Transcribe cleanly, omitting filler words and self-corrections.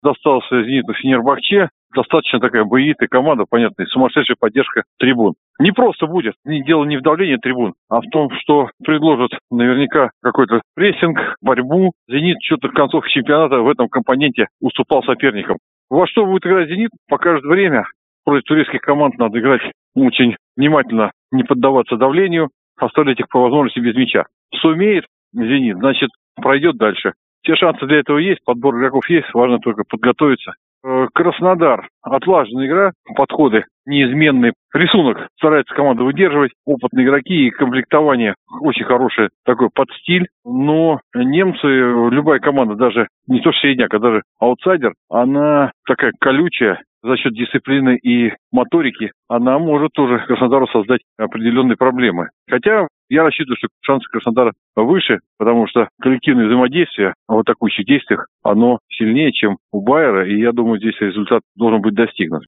достался «Зениту» Фенербахче. Достаточно такая боевитая команда, понятно, и сумасшедшая поддержка трибун. Не просто будет. Дело не в давлении трибун, а в том, что предложат наверняка какой-то прессинг, борьбу. «Зенит» что-то в концовке чемпионата в этом компоненте уступал соперникам. Во что будет играть «Зенит», покажет время. Против турецких команд надо играть очень внимательно, не поддаваться давлению, оставлять их по возможности без мяча. Сумеет «Зенит», значит, пройдет дальше. Все шансы для этого есть, подбор игроков есть, важно только подготовиться. Краснодар. Отлаженная игра, подходы неизменные. Рисунок старается команда выдерживать, опытные игроки и комплектование очень хорошее, такой под стиль. Но немцы, любая команда, даже не то что середняк, а даже аутсайдер, она такая колючая. За счет дисциплины и моторики она может тоже Краснодару создать определенные проблемы. Хотя я рассчитываю, что шансы Краснодара выше, потому что коллективное взаимодействие в атакующих действиях, оно сильнее, чем у Байера, и я думаю, здесь результат должен быть достигнут.